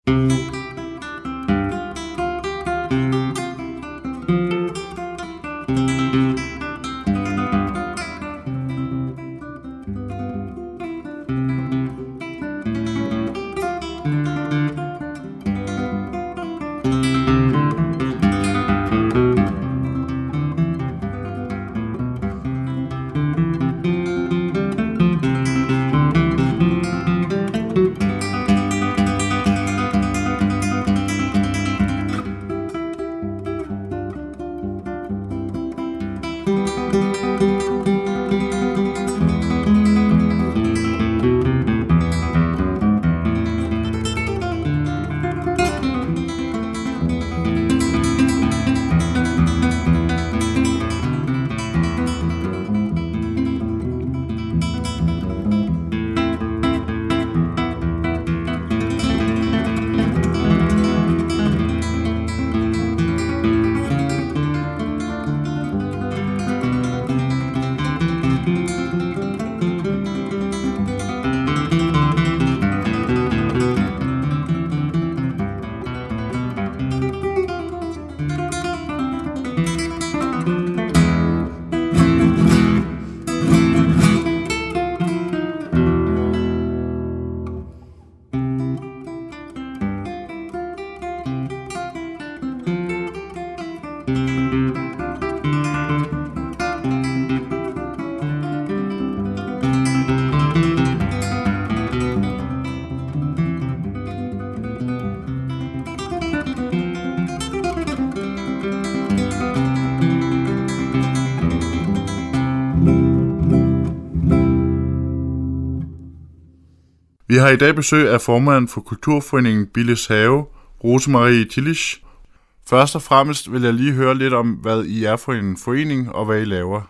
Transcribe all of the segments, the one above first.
Vi har i dag besøg af formanden for Kulturforeningen Billeshave, Rosemarie Tillich. Først og fremmest vil jeg lige høre lidt om, hvad I er for en forening, og hvad I laver.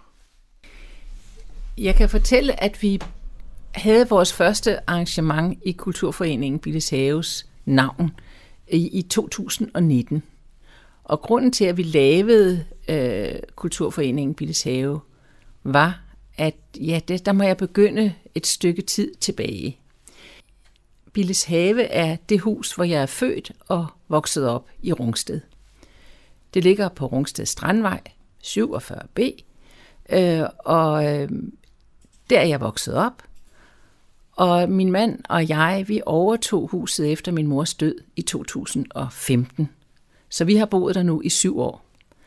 Jeg kan fortælle, at vi havde vores første arrangement i Kulturforeningen Billeshaves navn i 2019. Og grunden til, at vi lavede Kulturforeningen Billeshave, var, at der må jeg begynde et stykke tid tilbage. Billeshave er det hus, hvor jeg er født og vokset op i Rungsted. Det ligger på Rungsted Strandvej, 47B, og der er jeg vokset op. Og min mand og jeg, vi overtog huset efter min mors død i 2015. Så vi har boet der nu i 7 år.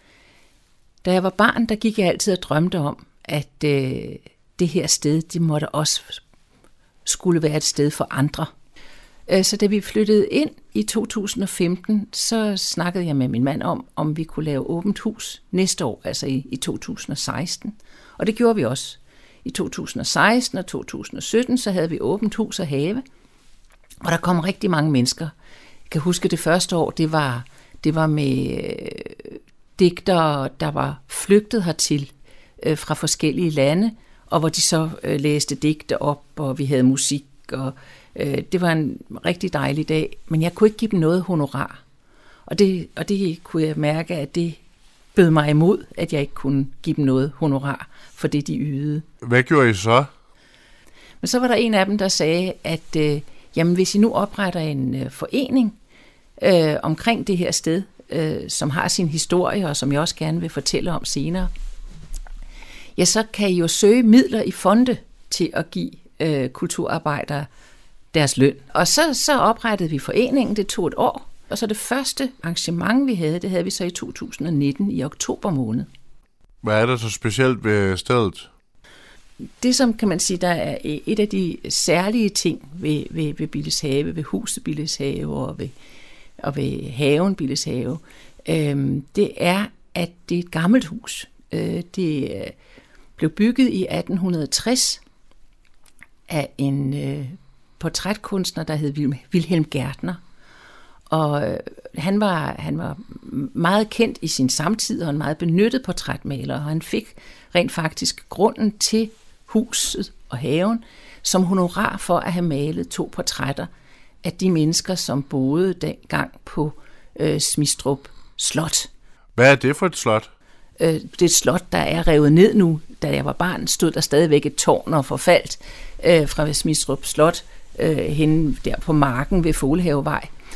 Da jeg var barn, der gik jeg altid og drømte om, at det her sted, det måtte også skulle være et sted for andre. Så da vi flyttede ind i 2015, så snakkede jeg med min mand om vi kunne lave åbent hus næste år, altså i 2016. Og det gjorde vi også. I 2016 og 2017, så havde vi åbent hus og have, og der kom rigtig mange mennesker. Jeg kan huske det første år, det var med digtere, der var flygtet hertil fra forskellige lande, og hvor de så læste digte op, og vi havde musik, og det var en rigtig dejlig dag, men jeg kunne ikke give dem noget honorar. Og det kunne jeg mærke, at det bød mig imod, at jeg ikke kunne give dem noget honorar for det, de ydede. Hvad gjorde I så? Men så var der en af dem, der sagde, at jamen, hvis I nu opretter en forening omkring det her sted, som har sin historie, og som jeg også gerne vil fortælle om senere, ja, så kan I jo søge midler i fonde til at give kulturarbejdere deres løn. Og så oprettede vi foreningen, det tog et år, og så det første arrangement, vi havde, det havde vi så i 2019 i oktober måned. Hvad er der så specielt ved stedet? Det, som kan man sige, der er et af de særlige ting ved Billeshave, ved huset Billeshave og ved haven Billeshave, det er, at det er et gammelt hus. Det blev bygget i 1860 af en portrætkunstner, der hed Wilhelm Gärtner. Og han var meget kendt i sin samtid og en meget benyttet portrætmaler, og han fik rent faktisk grunden til huset og haven som honorar for at have malet 2 portrætter af de mennesker, som boede dengang på Smidstrup Slot. Hvad er det for et slot? Det er et slot, der er revet ned nu. Da jeg var barn, stod der stadigvæk et tårn og forfaldt fra Smidstrup Slot henne der på marken ved Folehavevej.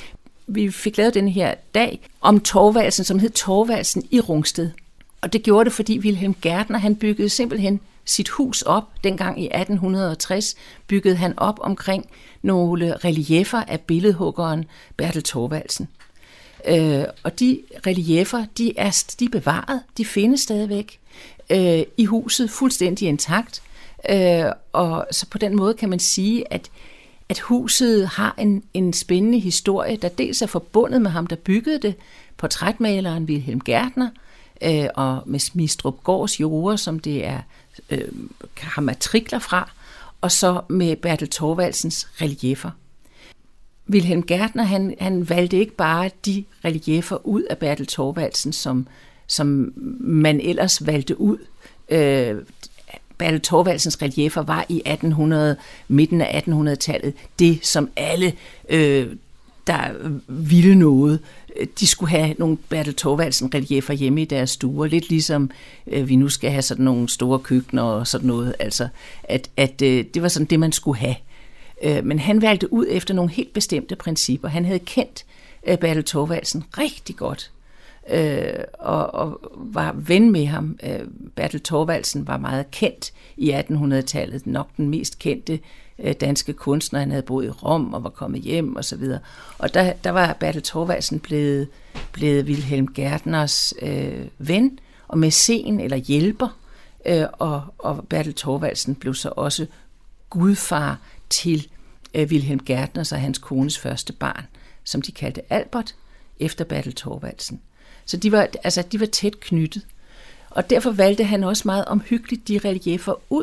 vi fik lavet den her dag om Thorvaldsen, som hed Thorvaldsen i Rungsted. Og det gjorde det, fordi Wilhelm Gärtner, han byggede simpelthen sit hus op. Dengang i 1860 byggede han op omkring nogle relieffer af billedhuggeren Bertel Thorvaldsen. Og de relieffer, de er bevaret, de findes stadigvæk i huset fuldstændig intakt. Og så på den måde kan man sige, at huset har en spændende historie, der dels er forbundet med ham, der byggede det, portrætmaleren Wilhelm Gärtner, og med Smistrupgårds jorder, som det er har matrikler fra, og så med Bertel Thorvaldsens relieffer. Wilhelm Gärtner, han valgte ikke bare de relieffer ud af Bertel Thorvaldsen, som man ellers valgte ud. Bertel Thorvaldsens relieffer var i midten af 1800-tallet det, som alle, der ville noget, de skulle have nogle Bertel Thorvaldsen relieffer hjemme i deres stuer, lidt ligesom vi nu skal have sådan nogle store køkkener og sådan noget, altså at det var sådan det, man skulle have. Men han valgte ud efter nogle helt bestemte principper. Han havde kendt Bertel Thorvaldsen rigtig godt, og var ven med ham. Bertel Thorvaldsen var meget kendt i 1800-tallet, nok den mest kendte danske kunstner. Han havde boet i Rom og var kommet hjem og så videre. Og der var Bertel Thorvaldsen blevet Wilhelm Gärtners ven og mæcen eller hjælper, og Bertel Thorvaldsen blev så også gudfar til Wilhelm Gärtners og hans kones første barn, som de kaldte Albert, efter Bertel Thorvaldsen. Så de var tæt knyttet. Og derfor valgte han også meget omhyggeligt de relieffer ud,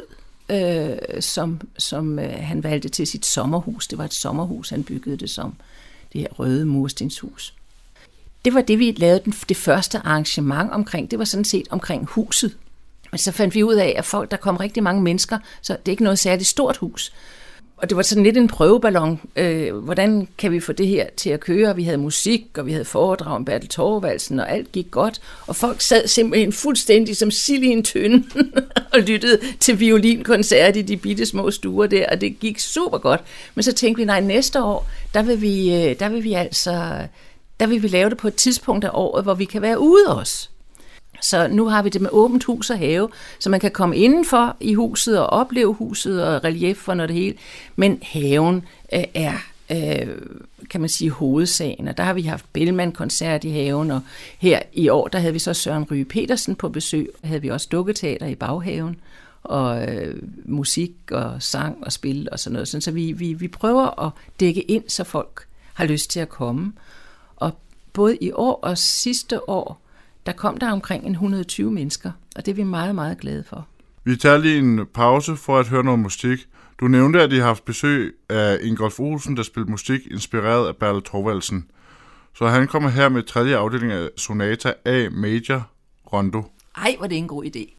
som han valgte til sit sommerhus. Det var et sommerhus, han byggede det som, det her røde murstenshus. Det var det, vi lavede det første arrangement omkring. Det var sådan set omkring huset. Men så fandt vi ud af, at der kom rigtig mange mennesker, så det er ikke noget særligt stort hus. Og det var sådan lidt en prøveballon. Hvordan kan vi få det her til at køre? Vi havde musik, og vi havde foredrag om Bertel Thorvaldsen, og alt gik godt. Og folk sad simpelthen fuldstændig som sild i en tønde og lyttede til violinkoncert i de bitte små stuer der, og det gik super godt. Men så tænkte vi, nej, næste år, der vil vi lave det på et tidspunkt af året, hvor vi kan være ude også. Så nu har vi det med åbent hus og have, så man kan komme indenfor i huset og opleve huset og reliefferne og det hele. Men haven er, kan man sige, hovedsagen. Og der har vi haft Bellman-koncert i haven, og her i år, der havde vi så Søren Ryge Petersen på besøg. Der havde vi også dukketeater i baghaven, og musik og sang og spil og sådan noget. Så vi prøver at dække ind, så folk har lyst til at komme. Og både i år og sidste år, der kom der omkring 120 mennesker, og det er vi meget, meget glade for. Vi tager lige en pause for at høre noget musik. Du nævnte, at I har haft besøg af Ingolf Olsen, der spillede musik inspireret af Bertel Thorvaldsen. Så han kommer her med 3. afdeling af Sonata A Major Rondo. Ej, hvor det er en god idé.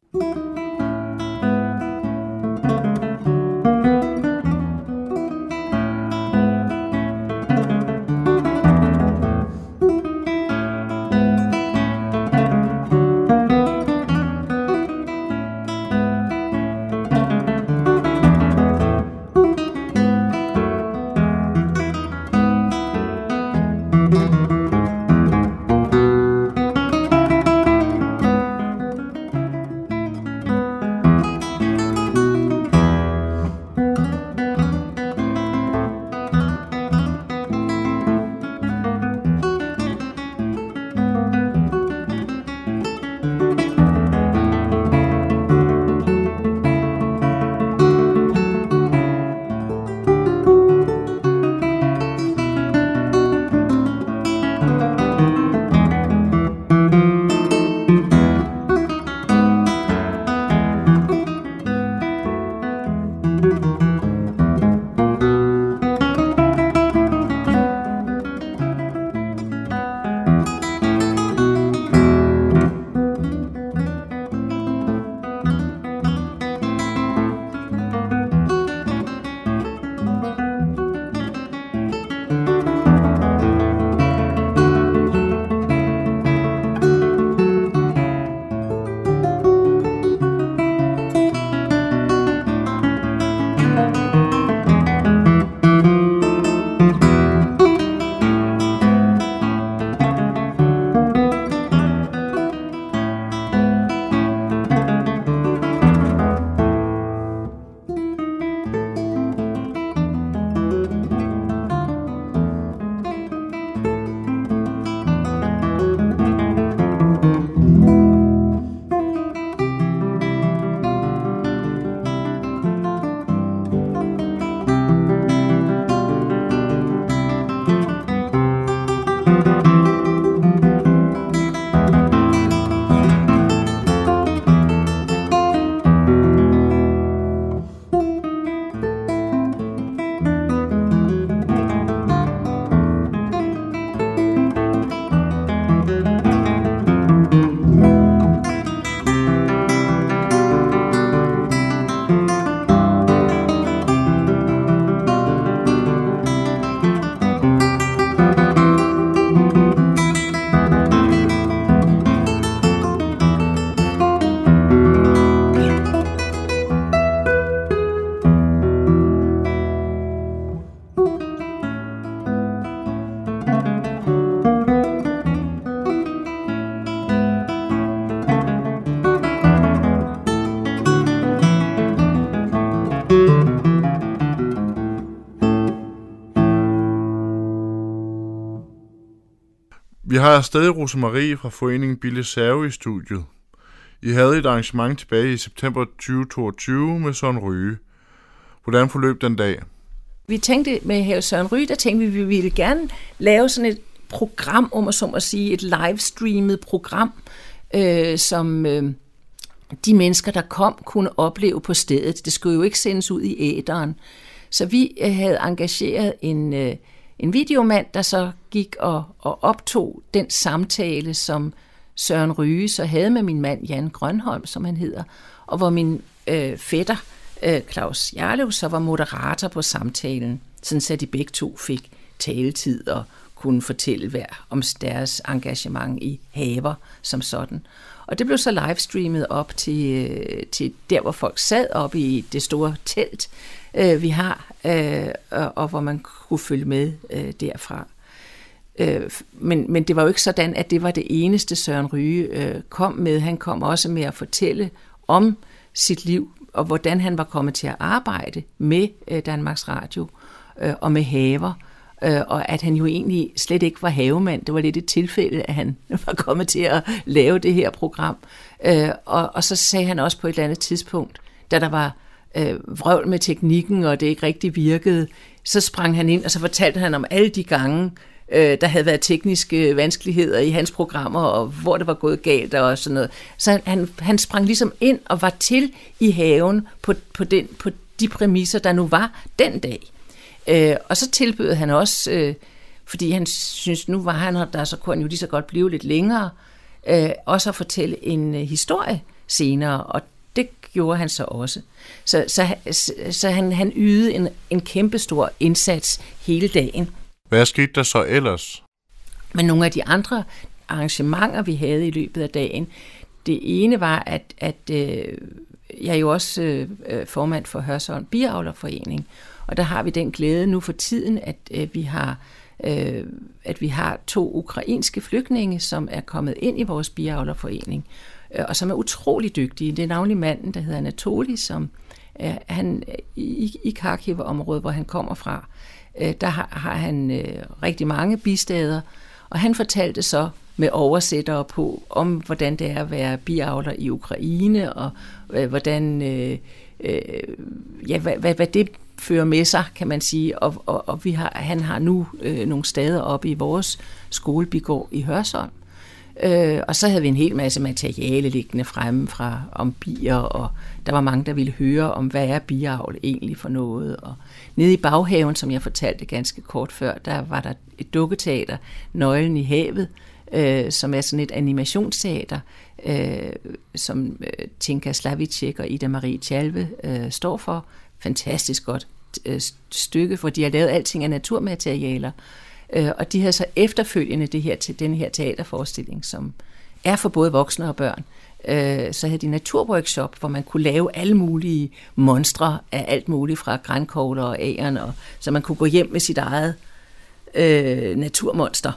Vi har stadig Rosemarie fra foreningen Bille Serve i studiet. I havde et arrangement tilbage i september 2022 med Søren Ryge. Hvordan forløb den dag? Vi tænkte med Søren Ryge, der tænkte vi ville gerne lave sådan et program, om at sige, et livestreamet program, som de mennesker, der kom, kunne opleve på stedet. Det skulle jo ikke sendes ud i æteren. Så vi havde engageret en videomand, der så gik og optog den samtale, som Søren Ryge så havde med min mand Jan Grønholm, som han hedder, og hvor min fætter Claus Jarlev så var moderator på samtalen, sådan så de begge to fik taletid og kunne fortælle hver om deres engagement i haver som sådan. Og det blev så livestreamet op til der, hvor folk sad oppe i det store telt, vi har, og hvor man kunne følge med derfra. Men det var jo ikke sådan, at det var det eneste Søren Ryge kom med. Han kom også med at fortælle om sit liv, og hvordan han var kommet til at arbejde med Danmarks Radio og med haver, og at han jo egentlig slet ikke var havemand. Det var lidt et tilfælde, at han var kommet til at lave det her program. Og så sagde han også på et eller andet tidspunkt, da der var vrøvl med teknikken, og det ikke rigtig virkede, så sprang han ind, og så fortalte han om alle de gange, der havde været tekniske vanskeligheder i hans programmer, og hvor det var gået galt og sådan noget. Så han sprang ligesom ind og var til i haven på de præmisser, der nu var den dag. Og så tilbød han også, fordi han synes, nu var han her, der så kunne han jo lige så godt blive lidt længere, også at fortælle en historie senere, og det gjorde han så også. Så han ydede en kæmpestor indsats hele dagen. Hvad skete der så ellers? Men nogle af de andre arrangementer, vi havde i løbet af dagen, det ene var, at jeg er jo også formand for Hørsholm Biavlerforening, og der har vi den glæde nu for tiden, at vi har 2 ukrainske flygtninge, som er kommet ind i vores biavlerforening, og som er utrolig dygtige. Det er navnlig manden, der hedder Anatoli, som han i Kharkiv-området, hvor han kommer fra. Der har han rigtig mange bistader, og han fortalte så med oversættere på, om hvordan det er at være biavler i Ukraine, og hvordan, hvad det fører med sig, kan man sige. Og han har nu nogle steder oppe i vores skolebygård i Hørsholm. Og så havde vi en hel masse materiale liggende fremme om bier, og der var mange, der ville høre om, hvad er biavl egentlig for noget. Og nede i baghaven, som jeg fortalte ganske kort før, der var der et dukketeater, Nøglen i havet, som er sådan et animationsteater, som Tinka Slavicek og Ida Marie Tjalve står for. Fantastisk godt stykke, for de har lavet alting af naturmaterialer. Og de havde så efterfølgende den her teaterforestilling, som er for både voksne og børn. Så havde de naturworkshop, hvor man kunne lave alle mulige monstre af alt muligt, fra grankogler og æren, og så man kunne gå hjem med sit eget naturmonster.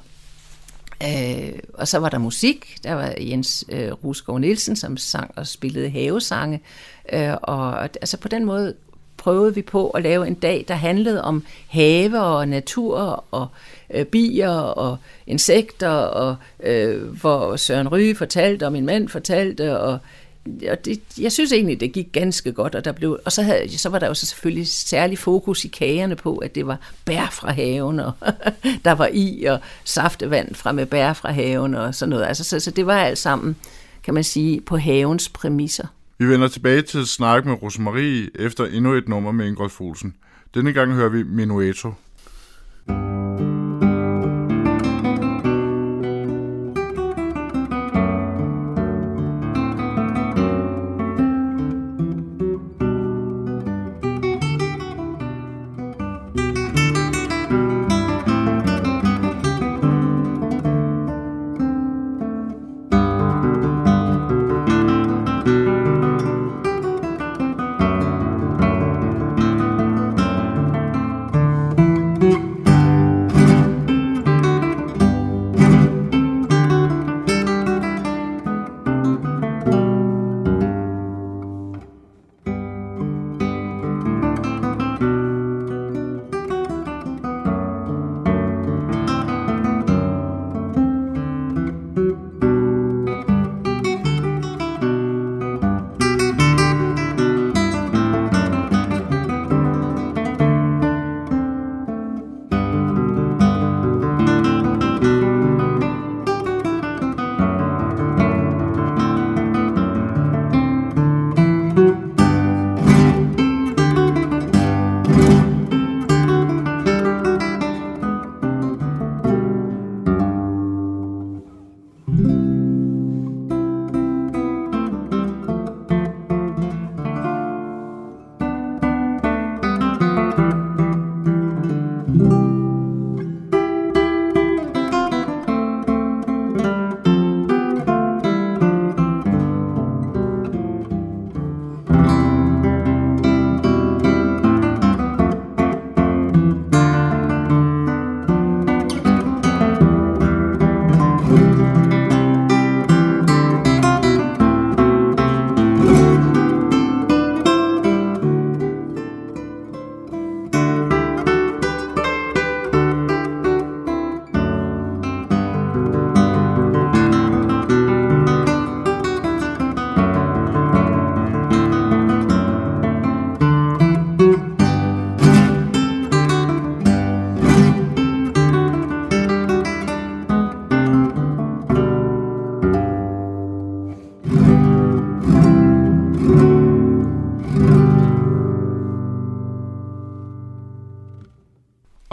Og så var der musik. Der var Jens Rusgaard Nielsen, som sang og spillede havesange. Og altså på den måde prøvede vi på at lave en dag, der handlede om have og natur og bier og insekter, og hvor Søren Ryge fortalte, og min mand fortalte, og det, jeg synes egentlig, det gik ganske godt, og så var der jo selvfølgelig særlig fokus i kagerne på, at det var bær fra haven, og der var og saftevand med bær fra haven og sådan noget. Altså, så det var alt sammen, kan man sige, på havens præmisser. Vi vender tilbage til at snakke med Rosemarie efter endnu et nummer med Ingolf Olsen. Denne gang hører vi Menuetto.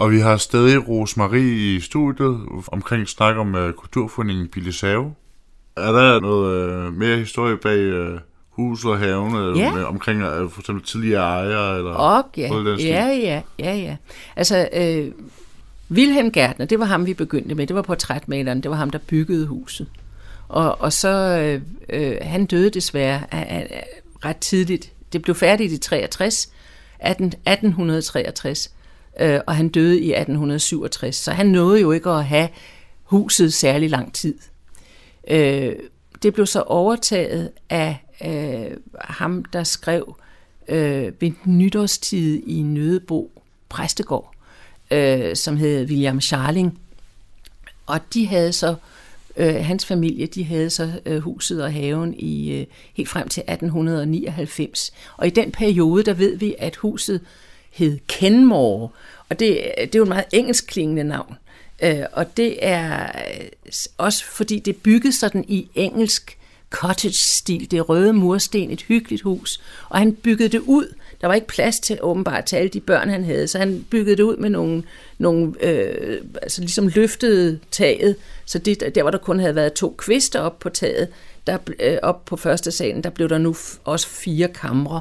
Og vi har stadig Rosemarie i studiet omkring snak om kulturforeningen Billes Have. Er der noget mere historie bag huset og haven omkring for eksempel tidligere ejere? Eller ja. Altså, Wilhelm Gärtner, det var ham, vi begyndte med. Det var portrætmaleren. Det var ham, der byggede huset. Og så han døde desværre ret tidligt. Det blev færdigt i 1863, og han døde i 1867. Så han nåede jo ikke at have huset særlig lang tid. Det blev så overtaget af ham, der skrev ved nytårstid i Nødebo præstegård, som hed William Scharling. Og de havde så, hans familie, de havde så huset og haven i helt frem til 1899. Og i den periode, der ved vi, at huset hed Kenmore, og det er jo et meget engelskklingende navn. Og det er også fordi det er bygget sådan i engelsk cottage-stil. Det er røde mursten, et hyggeligt hus. Og han byggede det ud. Der var ikke plads til åbenbart til alle de børn, han havde. Så han byggede det ud med nogle altså ligesom løftede taget. Så der, hvor der kun havde været 2 kvister op på taget, der op på første salen, der blev der nu også 4 kamre.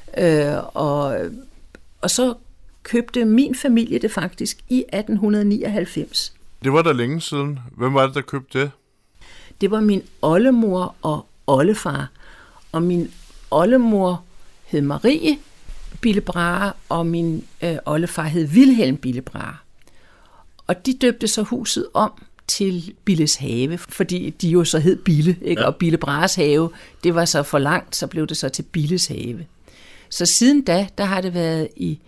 Og så købte min familie det faktisk i 1899. Det var der længe siden. Hvem var det, der købte det? Det var min oldemor og oldefar. Og min oldemor hed Marie Bille Brahe, og min oldefar hed Wilhelm Bille Brahe. Og de døbte så huset om til Billes Have, fordi de jo så hed Bille, ikke? Ja. Og Bille Brahes have, det var så for langt, så blev det så til Billes Have. Så siden da, der har det været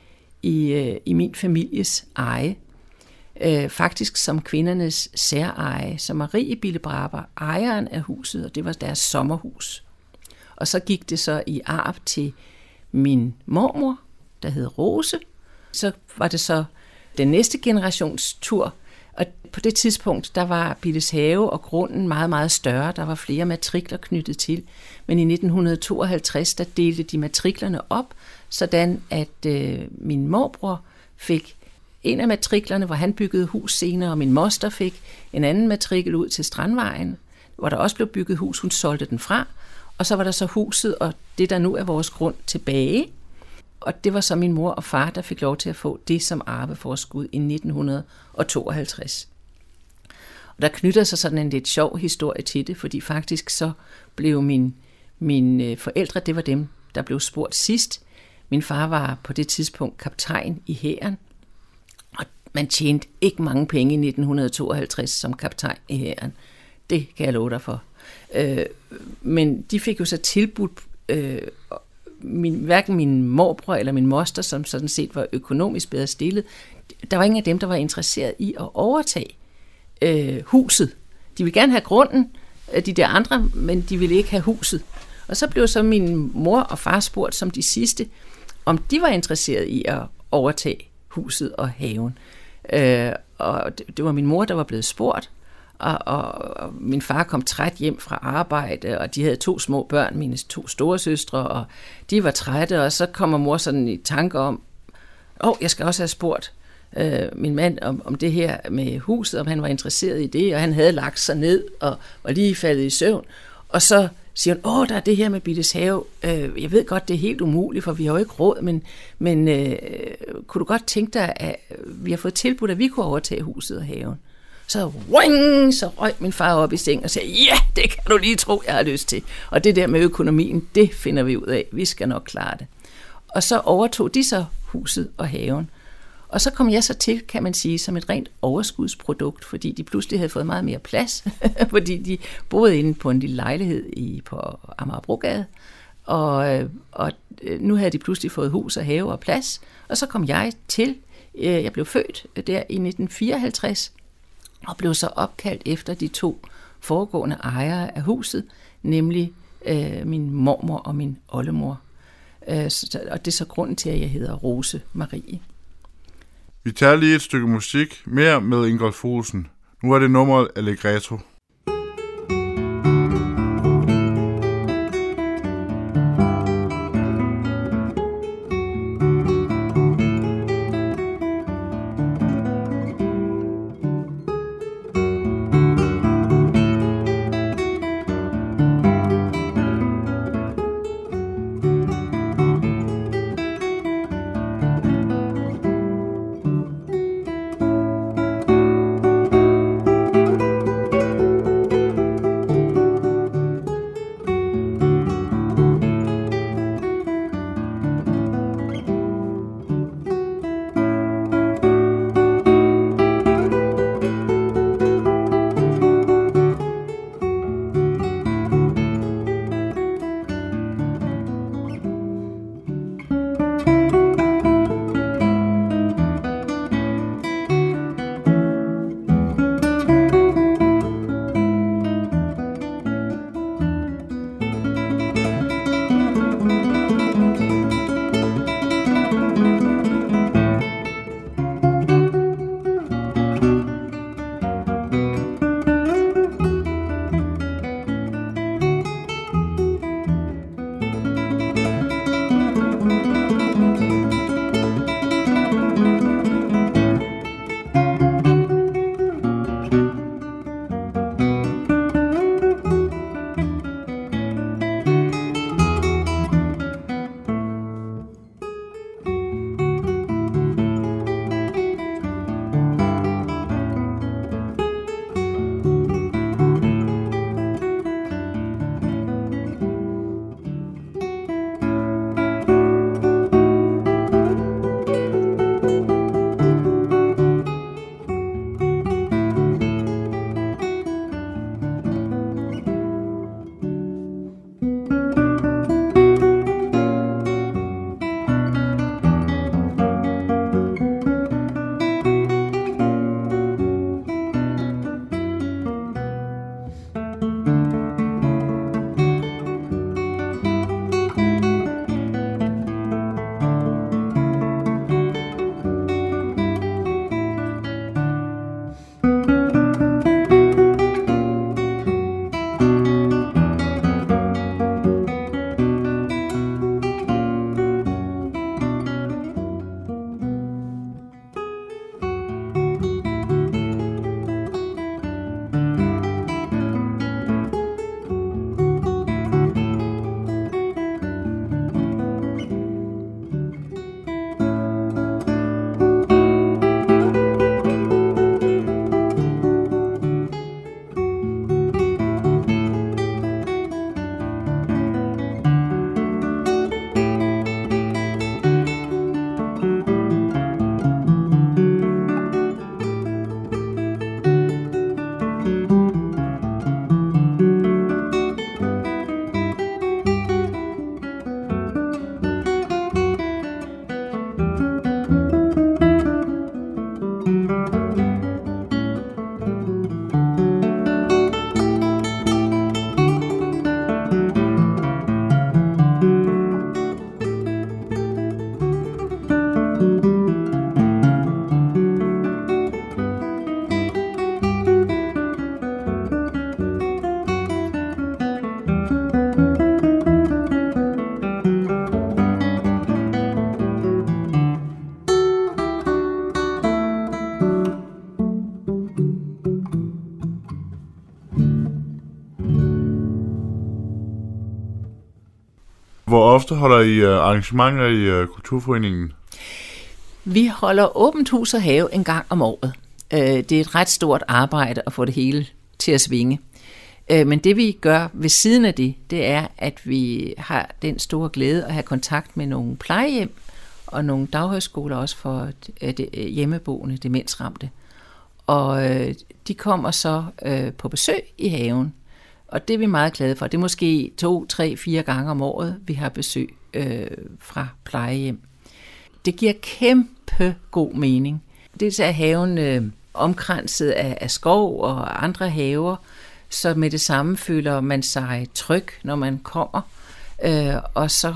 i min families eje, faktisk som kvindernes særeje. Så Marie Bille Brahe var ejeren af huset, og det var deres sommerhus. Og så gik det så i arv til min mormor, der hed Rose. Så var det så den næste generations tur, og på det tidspunkt, der var Billes Have og grunden meget, meget større. Der var flere matrikler knyttet til. Men i 1952, der delte de matriklerne op, sådan at min morbror fik en af matriklerne, hvor han byggede hus senere, og min moster fik en anden matrikel ud til Strandvejen, hvor der også blev bygget hus. Hun solgte den fra, og så var der så huset og det, der nu er vores grund, tilbage. Og det var så min mor og far, der fik lov til at få det som arveforskud i 1952. Og der knytter sig sådan en lidt sjov historie til det, fordi faktisk så blev mine forældre, det var dem, der blev spurgt sidst. Min far var på det tidspunkt kaptajn i hæren, og man tjente ikke mange penge i 1952 som kaptajn i hæren. Det kan jeg love dig for. Men de fik jo så tilbudt, hverken min morbror eller min moster, som sådan set var økonomisk bedre stillet, der var ingen af dem, der var interesseret i at overtage huset. De ville gerne have grunden, de der andre, men de ville ikke have huset. Og så blev så min mor og far spurgt som de sidste, om de var interesseret i at overtage huset og haven. Og det var min mor, der var blevet spurgt, og min far kom træt hjem fra arbejde, og de havde 2 små børn, mine 2 store søstre, og de var trætte, og så kommer mor sådan i tanke om, jeg skal også have spurgt min mand om det her med huset, om han var interesseret i det, og han havde lagt sig ned og var lige faldet i søvn, og så siger hun, der er det her med Billes Have, jeg ved godt, det er helt umuligt, for vi har jo ikke råd, men kunne du godt tænke dig, at vi har fået tilbudt, at vi kunne overtage huset og haven? Så røg min far op i seng og sagde, ja, det kan du lige tro, jeg har lyst til. Og det der med økonomien, det finder vi ud af. Vi skal nok klare det. Og så overtog de så huset og haven. Og så kom jeg så til, kan man sige, som et rent overskudsprodukt, fordi de pludselig havde fået meget mere plads, fordi de boede inde på en lille lejlighed på Amagerbrogade. Og nu havde de pludselig fået hus og have og plads. Og så kom jeg til, jeg blev født der i 1954, og blev så opkaldt efter de 2 foregående ejere af huset, nemlig min mormor og min oldemor. Og det er så grunden til, at jeg hedder Rose Marie. Vi tager lige et stykke musik mere med Ingolf Olsen. Nu er det nummeret Allegretto. hvor ofte holder I arrangementer i Kulturforeningen? Vi holder åbent hus og have en gang om året. Det er et ret stort arbejde at få det hele til at svinge. Men det vi gør ved siden af det er, at vi har den store glæde at have kontakt med nogle plejehjem og nogle daghøjskoler også for hjemmeboende demensramte. Og de kommer så på besøg i haven, og det er vi meget glade for. Det er måske 2, 3, 4 gange om året, vi har besøg fra plejehjem. Det giver kæmpe god mening. Det er haven omkranset af skov og andre haver, så med det samme føler man sig tryg, når man kommer. Og så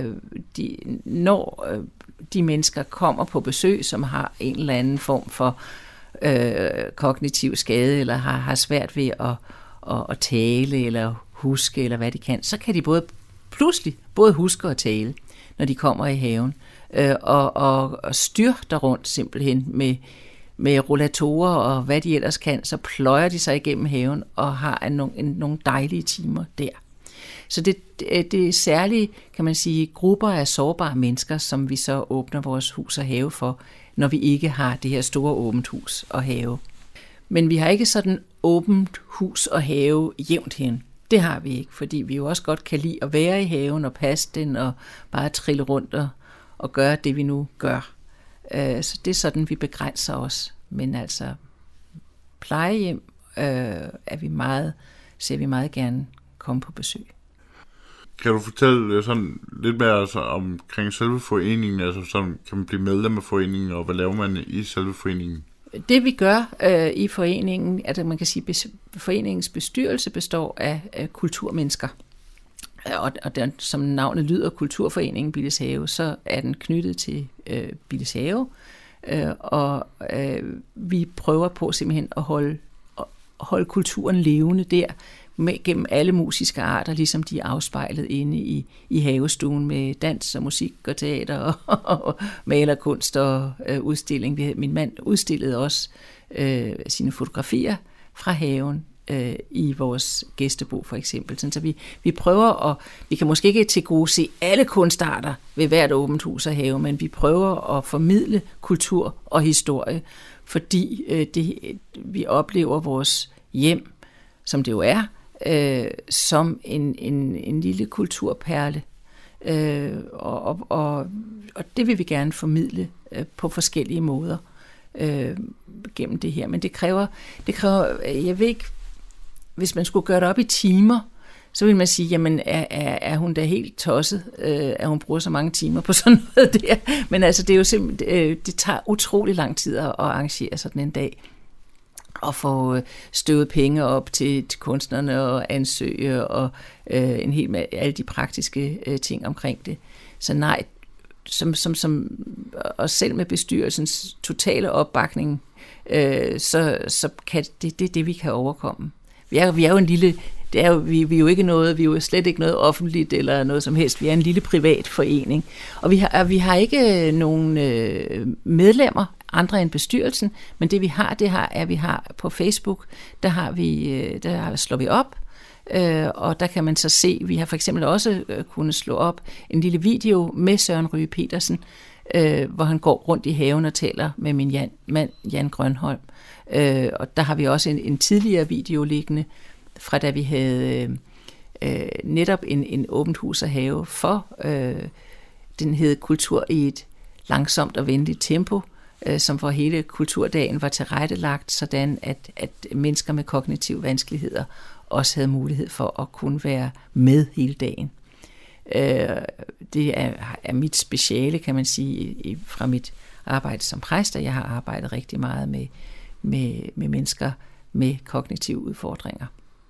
når de mennesker kommer på besøg, som har en eller anden form for kognitiv skade, eller har svært ved at tale, eller huske, eller hvad de kan, så kan de pludselig både huske og tale, når de kommer i haven. Og styrter rundt simpelthen med rollatorer og hvad de ellers kan, så pløjer de sig igennem haven og har nogle dejlige timer der. Så det er særligt, kan man sige, grupper af sårbare mennesker, som vi så åbner vores hus og have for, når vi ikke har det her store åbent hus og have. Men vi har ikke sådan åbent hus og have jævnt hen. Det har vi ikke, fordi vi jo også godt kan lide at være i haven og passe den og bare trille rundt og gøre det, vi nu gør. Så det er sådan, vi begrænser os. Men altså, plejehjem ser vi meget gerne komme på besøg. Kan du fortælle sådan lidt mere altså, omkring selve foreningen? Altså, sådan, kan man blive medlem af foreningen, og hvad laver man i selve foreningen? Det vi gør i foreningen, at man kan sige, at foreningens bestyrelse består af kulturmennesker. Og den, som navnet lyder, Kulturforeningen Billeshave, så er den knyttet til Billeshave. Og vi prøver på simpelthen at holde kulturen levende der, gennem alle musiske arter, ligesom de er afspejlet inde i havestuen med dans og musik og teater og malerkunst og udstilling. Min mand udstillede også sine fotografier fra haven i vores gæstebo for eksempel. Så vi prøver vi kan måske ikke tilgodese alle kunstarter ved hvert åbent hus og have, men vi prøver at formidle kultur og historie, fordi vi oplever vores hjem, som det jo er, som en lille kulturperle. Og det vil vi gerne formidle på forskellige måder gennem det her. Men det kræver, jeg ved ikke, hvis man skulle gøre det op i timer, så vil man sige, jamen er hun da helt tosset, at hun bruger så mange timer på sådan noget der. Men altså, det er jo simpelthen, det tager utrolig lang tid at arrangere sådan en dag. Og få støvet penge op til kunstnerne og ansøge og en hel med alle de praktiske ting omkring det. Så nej, som og selv med bestyrelsens totale opbakning, så kan det vi kan overkomme. Vi er jo en lille, vi er jo ikke noget, vi er jo slet ikke noget offentligt eller noget som helst. Vi er en lille privat forening, og vi har ikke nogen medlemmer andre end bestyrelsen, men det vi har, at vi har på Facebook, der slår vi op, og der kan man så se, vi har for eksempel også kunnet slå op en lille video med Søren Ryge Petersen, hvor han går rundt i haven og taler med min mand Jan Grønholm. Og der har vi også en tidligere video liggende, fra da vi havde netop en åbent hus og have for, den hed Kultur i et langsomt og venligt tempo, som for hele kulturdagen var tilrettelagt, sådan at mennesker med kognitive vanskeligheder også havde mulighed for at kunne være med hele dagen. Det er mit speciale, kan man sige, fra mit arbejde som præst, og jeg har arbejdet rigtig meget med mennesker med kognitive udfordringer.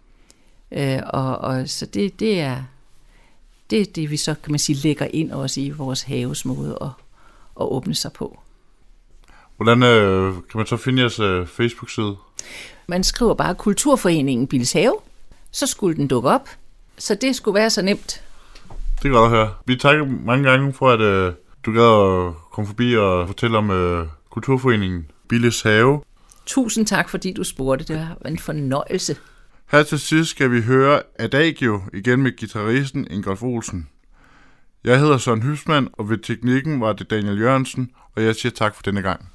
Og så det er det, vi så, kan man sige, lægger ind også i vores haves måde at åbne sig på. Hvordan kan man så finde jeres Facebook-side? Man skriver bare Kulturforeningen Billeshave, så skulle den dukke op. Så det skulle være så nemt. Det kan godt høre. Vi takker mange gange for, at du gad at komme forbi og fortælle om Kulturforeningen Billeshave. Tusind tak, fordi du spurgte. Det var en fornøjelse. Her til sidst skal vi høre Adagio igen med guitaristen Ingolf Olsen. Jeg hedder Søren Hysmann, og ved teknikken var det Daniel Jørgensen, og jeg siger tak for denne gang.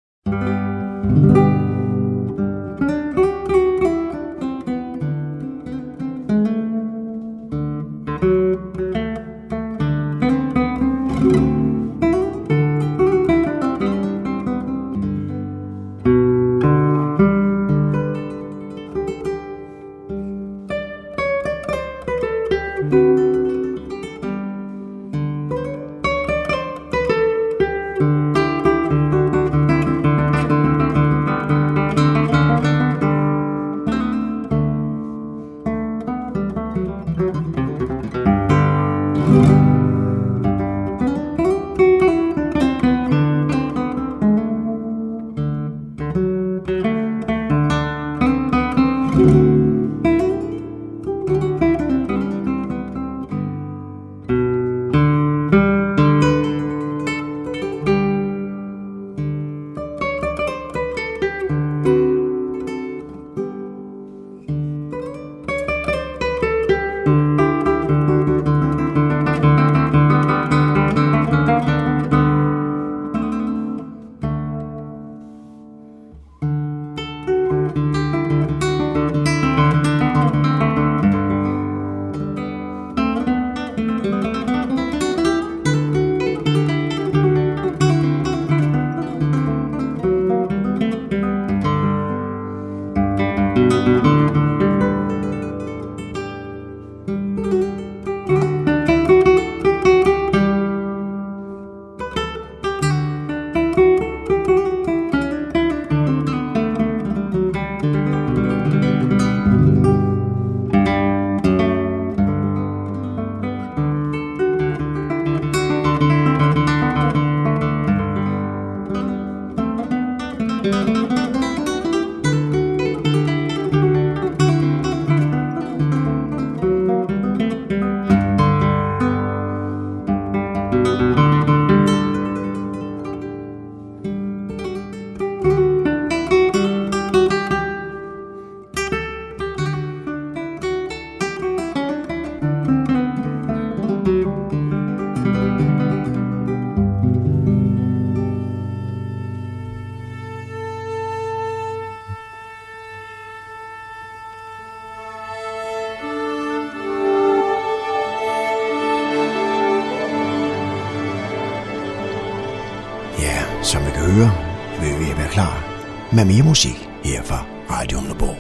Som vi kan høre, vil vi være klar med mere musik her fra Radio Humleborg.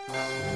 La